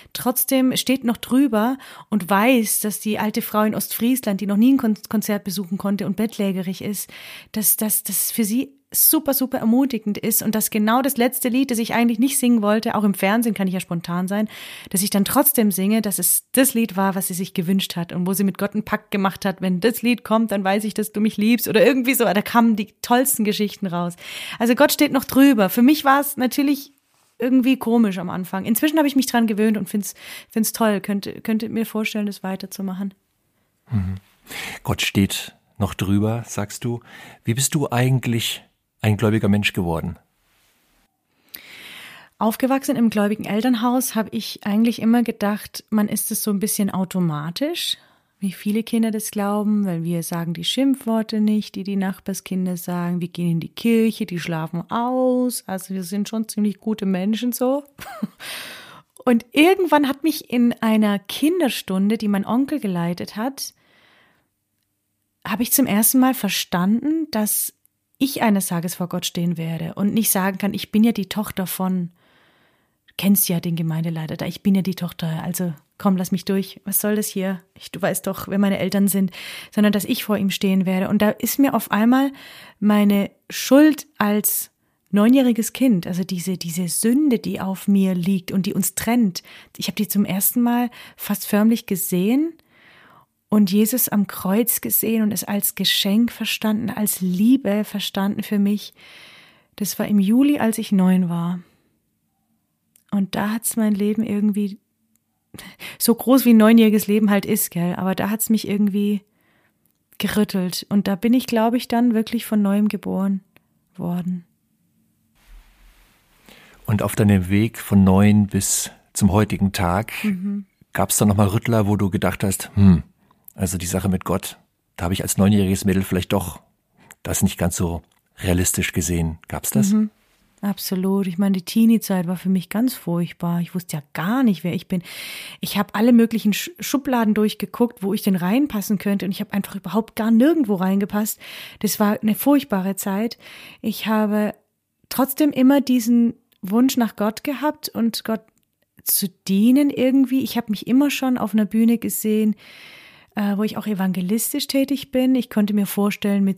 steht noch drüber und weiß, dass die alte Frau in Ostfriesland, die noch nie ein Konzert besuchen konnte und bettlägerig ist, dass das für sie super, super ermutigend ist und dass genau das letzte Lied, das ich eigentlich nicht singen wollte, auch im Fernsehen kann ich ja spontan sein, dass ich dann trotzdem singe, dass es das Lied war, was sie sich gewünscht hat und wo sie mit Gott einen Pakt gemacht hat, wenn das Lied kommt, dann weiß ich, dass du mich liebst oder irgendwie so, da kamen die tollsten Geschichten raus. Also Gott steht noch drüber. Für mich war es natürlich irgendwie komisch am Anfang. Inzwischen habe ich mich dran gewöhnt und find's toll. Könnte mir vorstellen, das weiterzumachen. Gott steht noch drüber, sagst du. Wie bist du eigentlich ein gläubiger Mensch geworden? Aufgewachsen im gläubigen Elternhaus habe ich eigentlich immer gedacht, man ist es so ein bisschen automatisch, wie viele Kinder das glauben, weil wir sagen die Schimpfworte nicht, die Nachbarskinder sagen, wir gehen in die Kirche, die schlafen aus, also wir sind schon ziemlich gute Menschen so. Und irgendwann hat mich in einer Kinderstunde, die mein Onkel geleitet hat, habe ich zum ersten Mal verstanden, dass ich eines Tages vor Gott stehen werde und nicht sagen kann, ich bin ja die Tochter von, du kennst ja den Gemeindeleiter da, ich bin ja die Tochter, also komm, lass mich durch, was soll das hier? Du weißt doch, wer meine Eltern sind, sondern dass ich vor ihm stehen werde. Und da ist mir auf einmal meine Schuld als 9-jähriges Kind, also diese Sünde, die auf mir liegt und die uns trennt, ich habe die zum ersten Mal fast förmlich gesehen und Jesus am Kreuz gesehen und es als Geschenk verstanden, als Liebe verstanden für mich. Das war im Juli, als ich 9 war. Und da hat's mein Leben irgendwie, so groß wie ein 9-jähriges Leben halt ist, gell, aber da hat's mich irgendwie gerüttelt. Und da bin ich, glaube ich, dann wirklich von Neuem geboren worden. Und auf deinem Weg von 9 bis zum heutigen Tag, gab es da nochmal Rüttler, wo du gedacht hast, also die Sache mit Gott, da habe ich als 9-jähriges Mädel vielleicht doch das nicht ganz so realistisch gesehen. Gab's das? Absolut. Ich meine, die Teenie-Zeit war für mich ganz furchtbar. Ich wusste ja gar nicht, wer ich bin. Ich habe alle möglichen Schubladen durchgeguckt, wo ich denn reinpassen könnte und ich habe einfach überhaupt gar nirgendwo reingepasst. Das war eine furchtbare Zeit. Ich habe trotzdem immer diesen Wunsch nach Gott gehabt und Gott zu dienen irgendwie. Ich habe mich immer schon auf einer Bühne gesehen, wo ich auch evangelistisch tätig bin. Ich konnte mir vorstellen,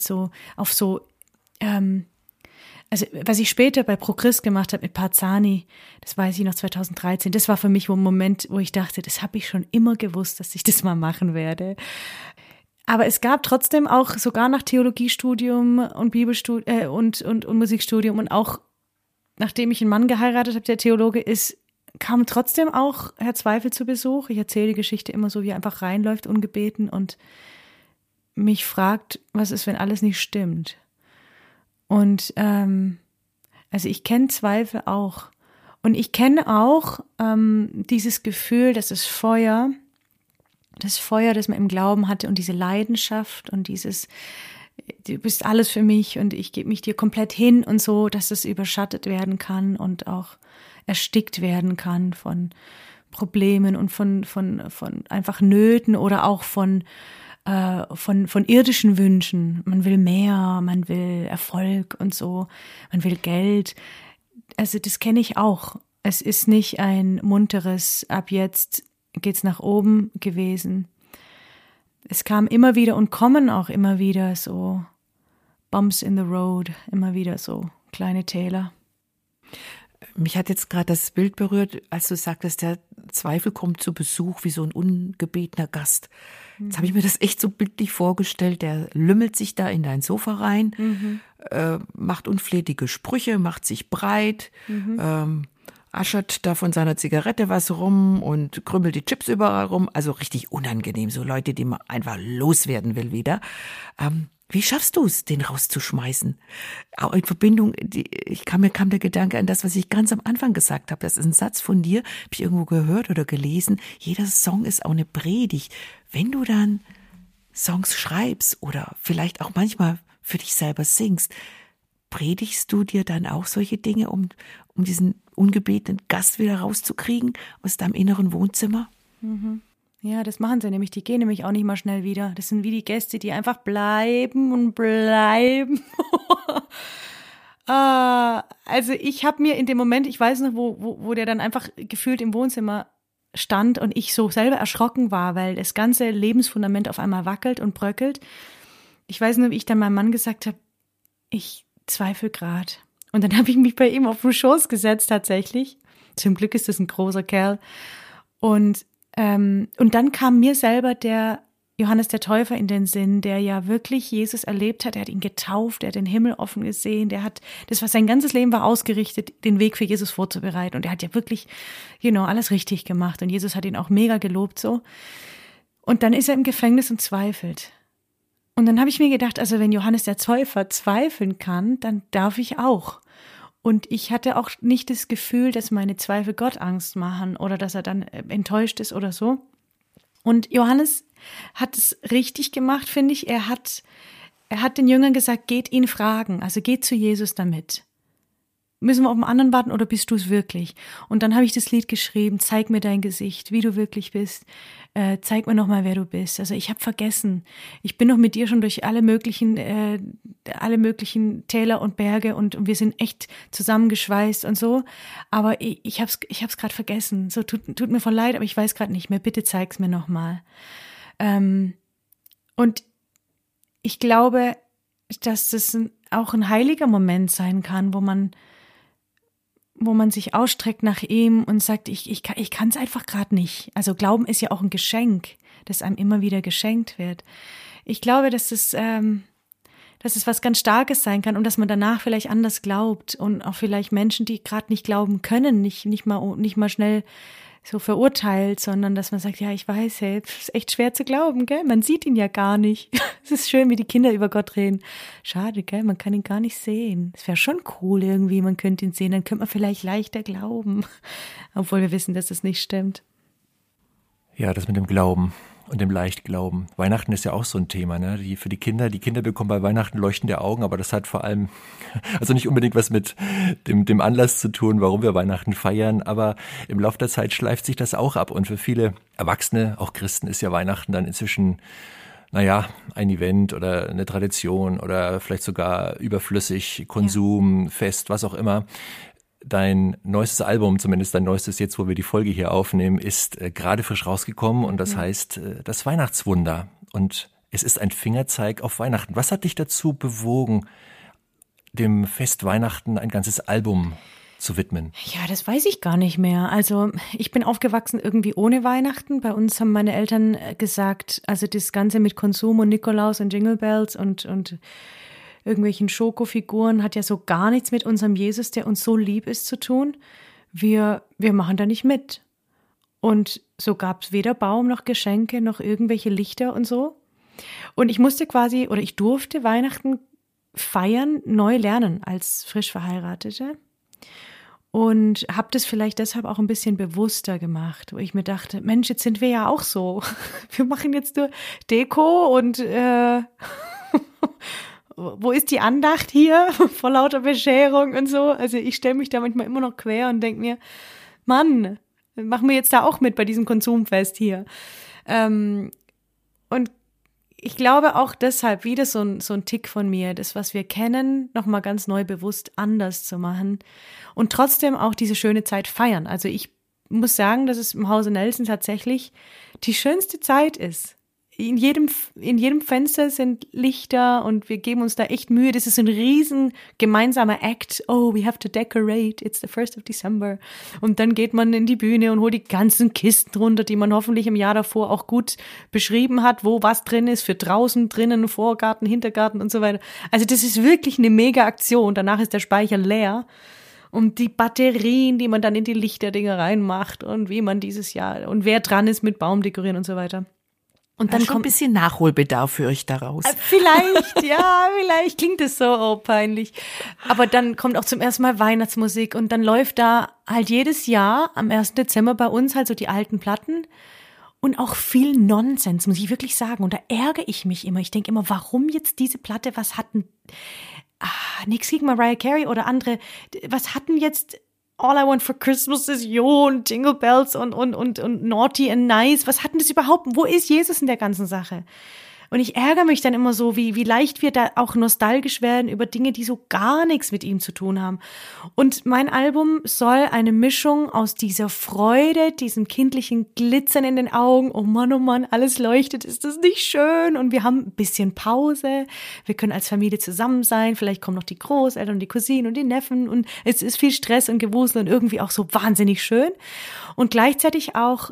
also was ich später bei ProChrist gemacht habe mit Parzani, das weiß ich noch 2013, das war für mich ein Moment, wo ich dachte, das habe ich schon immer gewusst, dass ich das mal machen werde. Aber es gab trotzdem auch sogar nach Theologiestudium und Bibelstudium und Musikstudium und auch nachdem ich einen Mann geheiratet habe, der Theologe ist, kam trotzdem auch Herr Zweifel zu Besuch. Ich erzähle die Geschichte immer so, wie er einfach reinläuft, ungebeten und mich fragt, was ist, wenn alles nicht stimmt. Und also ich kenne Zweifel auch. Und ich kenne auch dieses Gefühl, dass das Feuer, das man im Glauben hatte und diese Leidenschaft und dieses, du bist alles für mich und ich gebe mich dir komplett hin und so, dass es überschattet werden kann und auch erstickt werden kann von Problemen und von einfach Nöten oder auch von irdischen Wünschen. Man will mehr, man will Erfolg und so, man will Geld. Also das kenne ich auch. Es ist nicht ein munteres, ab jetzt geht's nach oben gewesen. Es kam immer wieder und kommen auch immer wieder so Bumps in the road, immer wieder so kleine Täler. Mich hat jetzt gerade das Bild berührt, als du sagtest, der Zweifel kommt zu Besuch wie so ein ungebetener Gast. Jetzt habe ich mir das echt so bildlich vorgestellt, der lümmelt sich da in dein Sofa rein, macht unflätige Sprüche, macht sich breit, aschert da von seiner Zigarette was rum und krümmelt die Chips überall rum. Also richtig unangenehm, so Leute, die man einfach loswerden will wieder. Wie schaffst du es, den rauszuschmeißen? Auch in Verbindung, mir kam der Gedanke an das, was ich ganz am Anfang gesagt habe. Das ist ein Satz von dir, habe ich irgendwo gehört oder gelesen. Jeder Song ist auch eine Predigt. Wenn du dann Songs schreibst oder vielleicht auch manchmal für dich selber singst, predigst du dir dann auch solche Dinge, um diesen ungebetenen Gast wieder rauszukriegen aus deinem inneren Wohnzimmer? Ja, das machen sie nämlich. Die gehen nämlich auch nicht mal schnell wieder. Das sind wie die Gäste, die einfach bleiben und bleiben. Also ich habe mir in dem Moment, ich weiß noch, wo der dann einfach gefühlt im Wohnzimmer stand und ich so selber erschrocken war, weil das ganze Lebensfundament auf einmal wackelt und bröckelt. Ich weiß nur, wie ich dann meinem Mann gesagt habe, ich zweifle gerade. Und dann habe ich mich bei ihm auf den Schoß gesetzt tatsächlich. Zum Glück ist das ein großer Kerl. Und dann kam mir selber der Johannes der Täufer in den Sinn, der ja wirklich Jesus erlebt hat. Er hat ihn getauft, er hat den Himmel offen gesehen. Das war sein ganzes Leben war ausgerichtet, den Weg für Jesus vorzubereiten. Und er hat ja wirklich, alles richtig gemacht. Und Jesus hat ihn auch mega gelobt so. Und dann ist er im Gefängnis und zweifelt. Und dann habe ich mir gedacht, also wenn Johannes der Täufer zweifeln kann, dann darf ich auch. Und ich hatte auch nicht das Gefühl, dass meine Zweifel Gott Angst machen oder dass er dann enttäuscht ist oder so. Und Johannes hat es richtig gemacht, finde ich. Er hat den Jüngern gesagt, geht ihn fragen, also geht zu Jesus damit. müssen wir auf den anderen warten oder bist du es wirklich? Und dann habe ich das Lied geschrieben, zeig mir dein Gesicht, wie du wirklich bist. Zeig mir nochmal, wer du bist. Also ich habe vergessen. Ich bin noch mit dir schon durch alle möglichen Täler und Berge und wir sind echt zusammengeschweißt und so. Aber ich hab's gerade vergessen. So tut mir voll leid, aber ich weiß gerade nicht mehr. Bitte zeig's mir nochmal. Und ich glaube, dass das auch ein heiliger Moment sein kann, wo man sich ausstreckt nach ihm und sagt, ich kann es einfach gerade nicht. Also Glauben ist ja auch ein Geschenk, das einem immer wieder geschenkt wird. Ich glaube, dass es was ganz Starkes sein kann und dass man danach vielleicht anders glaubt und auch vielleicht Menschen, die gerade nicht glauben können, nicht mal schnell so verurteilt, sondern dass man sagt, ja, ich weiß, hey, es ist echt schwer zu glauben, gell? Man sieht ihn ja gar nicht. Es ist schön, wie die Kinder über Gott reden. Schade, gell? Man kann ihn gar nicht sehen. Es wäre schon cool irgendwie, man könnte ihn sehen, dann könnte man vielleicht leichter glauben. Obwohl wir wissen, dass das nicht stimmt. Ja, das mit dem Glauben und dem Leichtglauben. Weihnachten ist ja auch so ein Thema, ne? Die Kinder bekommen bei Weihnachten leuchtende Augen, aber das hat vor allem, also nicht unbedingt was mit dem Anlass zu tun, warum wir Weihnachten feiern, aber im Laufe der Zeit schleift sich das auch ab und für viele Erwachsene, auch Christen, ist ja Weihnachten dann inzwischen, ein Event oder eine Tradition oder vielleicht sogar überflüssig, Konsum, Fest, was auch immer. Dein neuestes Album, zumindest dein neuestes jetzt, wo wir die Folge hier aufnehmen, ist gerade frisch rausgekommen und das heißt Das Weihnachtswunder. Und es ist ein Fingerzeig auf Weihnachten. Was hat dich dazu bewogen, dem Fest Weihnachten ein ganzes Album zu widmen? Ja, das weiß ich gar nicht mehr. Also ich bin aufgewachsen irgendwie ohne Weihnachten. Bei uns haben meine Eltern gesagt, also das Ganze mit Konsum und Nikolaus und Jingle Bells und irgendwelchen Schokofiguren hat ja so gar nichts mit unserem Jesus, der uns so lieb ist, zu tun. Wir machen da nicht mit. Und so gab es weder Baum noch Geschenke noch irgendwelche Lichter und so. Und ich durfte Weihnachten feiern, neu lernen als frisch Verheiratete. Und habe das vielleicht deshalb auch ein bisschen bewusster gemacht, wo ich mir dachte, Mensch, jetzt sind wir ja auch so. Wir machen jetzt nur Deko und wo ist die Andacht hier vor lauter Bescherung und so? Also ich stelle mich da manchmal immer noch quer und denke mir, Mann, machen wir jetzt da auch mit bei diesem Konsumfest hier. Und ich glaube auch deshalb wieder so ein Tick von mir, das, was wir kennen, nochmal ganz neu bewusst anders zu machen und trotzdem auch diese schöne Zeit feiern. Also ich muss sagen, dass es im Hause Nelson tatsächlich die schönste Zeit ist. In jedem Fenster sind Lichter und wir geben uns da echt Mühe. Das ist ein riesen gemeinsamer Act. Oh, we have to decorate. It's the 1st of December. Und dann geht man in die Bühne und holt die ganzen Kisten runter, die man hoffentlich im Jahr davor auch gut beschrieben hat, wo was drin ist, für draußen, drinnen, Vorgarten, Hintergarten und so weiter. Also das ist wirklich eine mega Aktion. Danach ist der Speicher leer. Und die Batterien, die man dann in die Lichterdinger reinmacht und wie man dieses Jahr und wer dran ist mit Baum dekorieren und so weiter. Und dann kommt ein bisschen Nachholbedarf für euch daraus. Vielleicht klingt es so peinlich. Aber dann kommt auch zum ersten Mal Weihnachtsmusik und dann läuft da halt jedes Jahr am 1. Dezember bei uns halt so die alten Platten und auch viel Nonsens, muss ich wirklich sagen. Und da ärgere ich mich immer. Ich denke immer, warum jetzt diese Platte, was hatten, nichts gegen Mariah Carey oder andere, was hatten jetzt All I Want for Christmas is You und Jingle Bells und Naughty and Nice. Was hat denn das überhaupt? Wo ist Jesus in der ganzen Sache? Und ich ärgere mich dann immer so, wie leicht wir da auch nostalgisch werden über Dinge, die so gar nichts mit ihm zu tun haben. Und mein Album soll eine Mischung aus dieser Freude, diesem kindlichen Glitzern in den Augen, oh Mann, alles leuchtet, ist das nicht schön? Und wir haben ein bisschen Pause, wir können als Familie zusammen sein, vielleicht kommen noch die Großeltern und die Cousinen und die Neffen und es ist viel Stress und Gewusel und irgendwie auch so wahnsinnig schön. Und gleichzeitig auch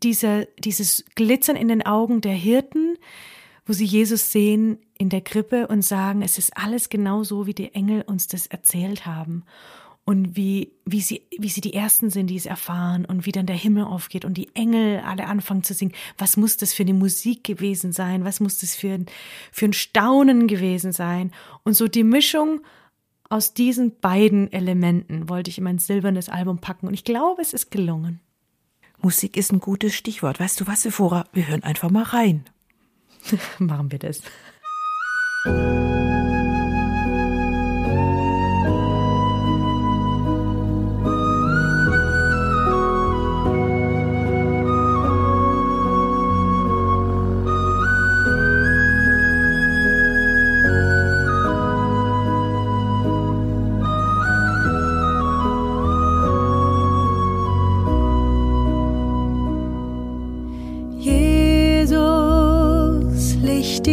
dieses Glitzern in den Augen der Hirten, wo sie Jesus sehen in der Krippe und sagen, es ist alles genau so, wie die Engel uns das erzählt haben. Und wie sie die Ersten sind, die es erfahren und wie dann der Himmel aufgeht und die Engel alle anfangen zu singen. Was muss das für eine Musik gewesen sein? Was muss das für ein Staunen gewesen sein? Und so die Mischung aus diesen beiden Elementen wollte ich in mein silbernes Album packen. Und ich glaube, es ist gelungen. Musik ist ein gutes Stichwort. Weißt du was, Sephora? Wir hören einfach mal rein. Machen wir das.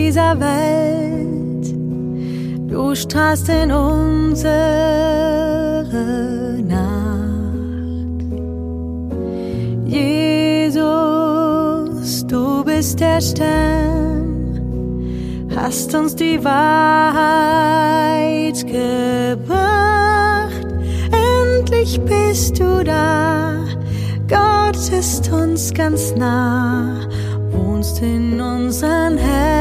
dieser Welt, du strahlst in unsere Nacht. Jesus, du bist der Stern, hast uns die Wahrheit gebracht. Endlich bist du da, Gott ist uns ganz nah, wohnst in unseren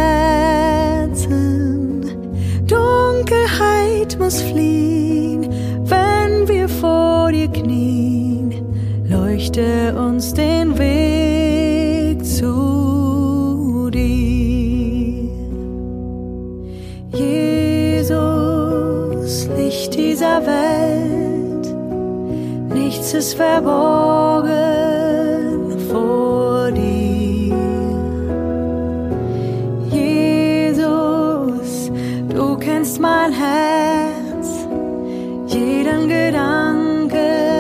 Herzen. Dunkelheit muss fliehen, wenn wir vor dir knien. Leuchte uns den Weg zu dir. Jesus, Licht dieser Welt, nichts ist verborgen vor dir. Jesus, du kennst mein Herz, jeden Gedanken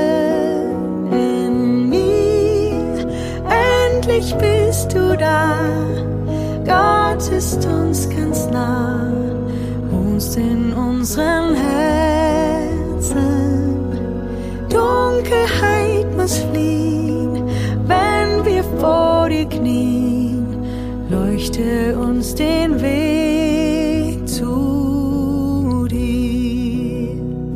in mir. Endlich bist du da, Gott ist uns ganz nah, wohnst in unseren Herzen. Dunkelheit muss fliehen, wenn wir vor dir knien. Leuchte uns den Weg zu dir.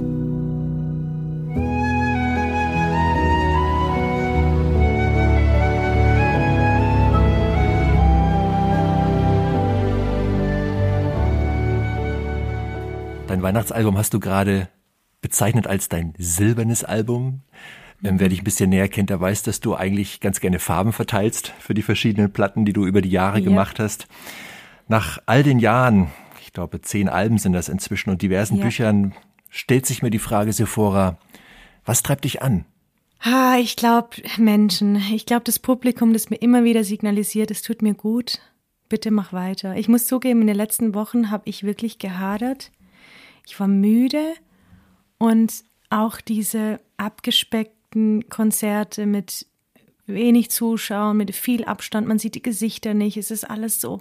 Dein Weihnachtsalbum hast du gerade bezeichnet als dein silbernes Album. Wer dich ein bisschen näher kennt, der weiß, dass du eigentlich ganz gerne Farben verteilst für die verschiedenen Platten, die du über die Jahre gemacht hast. Nach all den Jahren, ich glaube 10 Alben sind das inzwischen und diversen Büchern, stellt sich mir die Frage, Sephora, was treibt dich an? Ich glaube Menschen. Ich glaube das Publikum, das mir immer wieder signalisiert, es tut mir gut, bitte mach weiter. Ich muss zugeben, in den letzten Wochen habe ich wirklich gehadert. Ich war müde und auch diese abgespeckten Konzerte mit wenig Zuschauern, mit viel Abstand, man sieht die Gesichter nicht, es ist alles so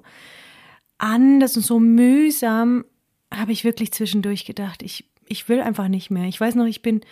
anders und so mühsam, habe ich wirklich zwischendurch gedacht, ich will einfach nicht mehr. Ich weiß noch, ich bin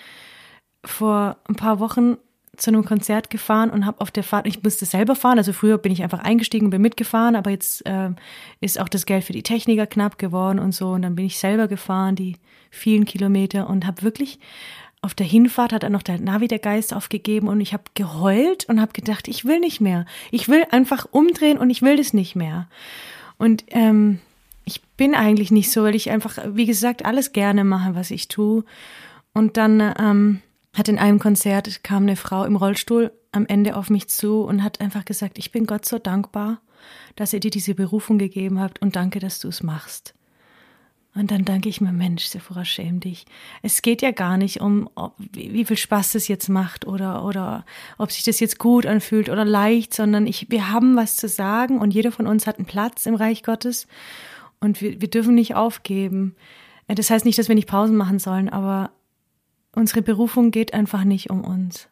vor ein paar Wochen zu einem Konzert gefahren und habe auf der Fahrt, ich musste selber fahren, also früher bin ich einfach eingestiegen und bin mitgefahren, aber jetzt ist auch das Geld für die Techniker knapp geworden und so und dann bin ich selber gefahren, die vielen Kilometer und habe wirklich auf der Hinfahrt hat dann noch der Navi der Geist aufgegeben und ich habe geheult und habe gedacht, ich will nicht mehr. Ich will einfach umdrehen und ich will das nicht mehr. Und ich bin eigentlich nicht so, weil ich einfach, wie gesagt, alles gerne mache, was ich tue. Und dann hat in einem Konzert kam eine Frau im Rollstuhl am Ende auf mich zu und hat einfach gesagt, ich bin Gott so dankbar, dass ihr dir diese Berufung gegeben habt und danke, dass du es machst. Und dann danke ich mir, Mensch, Sephora, schäm dich. Es geht ja gar nicht um, wie viel Spaß das jetzt macht oder ob sich das jetzt gut anfühlt oder leicht, sondern wir haben was zu sagen und jeder von uns hat einen Platz im Reich Gottes und wir dürfen nicht aufgeben. Das heißt nicht, dass wir nicht Pausen machen sollen, aber unsere Berufung geht einfach nicht um uns.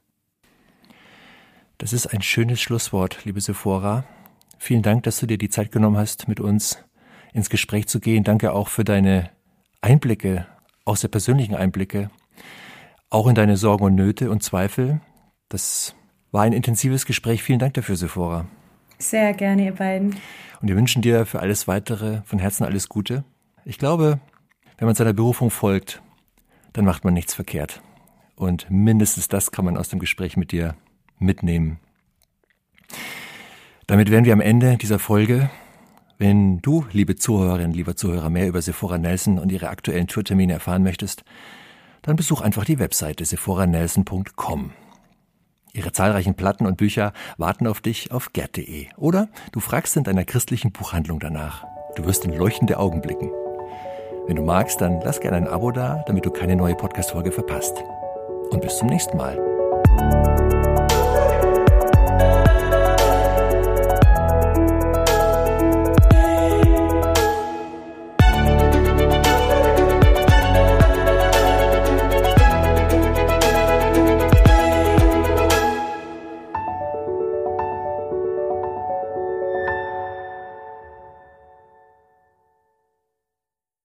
Das ist ein schönes Schlusswort, liebe Sephora. Vielen Dank, dass du dir die Zeit genommen hast, mit uns ins Gespräch zu gehen. Danke auch für deine Einblicke, auch sehr persönlichen Einblicke, auch in deine Sorgen und Nöte und Zweifel. Das war ein intensives Gespräch. Vielen Dank dafür, Sephora. Sehr gerne, ihr beiden. Und wir wünschen dir für alles Weitere von Herzen alles Gute. Ich glaube, wenn man seiner Berufung folgt, dann macht man nichts verkehrt. Und mindestens das kann man aus dem Gespräch mit dir mitnehmen. Damit wären wir am Ende dieser Folge. Wenn du, liebe Zuhörerin, lieber Zuhörer, mehr über Sephora Nelson und ihre aktuellen Tourtermine erfahren möchtest, dann besuch einfach die Webseite sephoranelson.com. Ihre zahlreichen Platten und Bücher warten auf dich auf gerd.de. Oder du fragst in deiner christlichen Buchhandlung danach. Du wirst in leuchtende Augen blicken. Wenn du magst, dann lass gerne ein Abo da, damit du keine neue Podcast-Folge verpasst. Und bis zum nächsten Mal.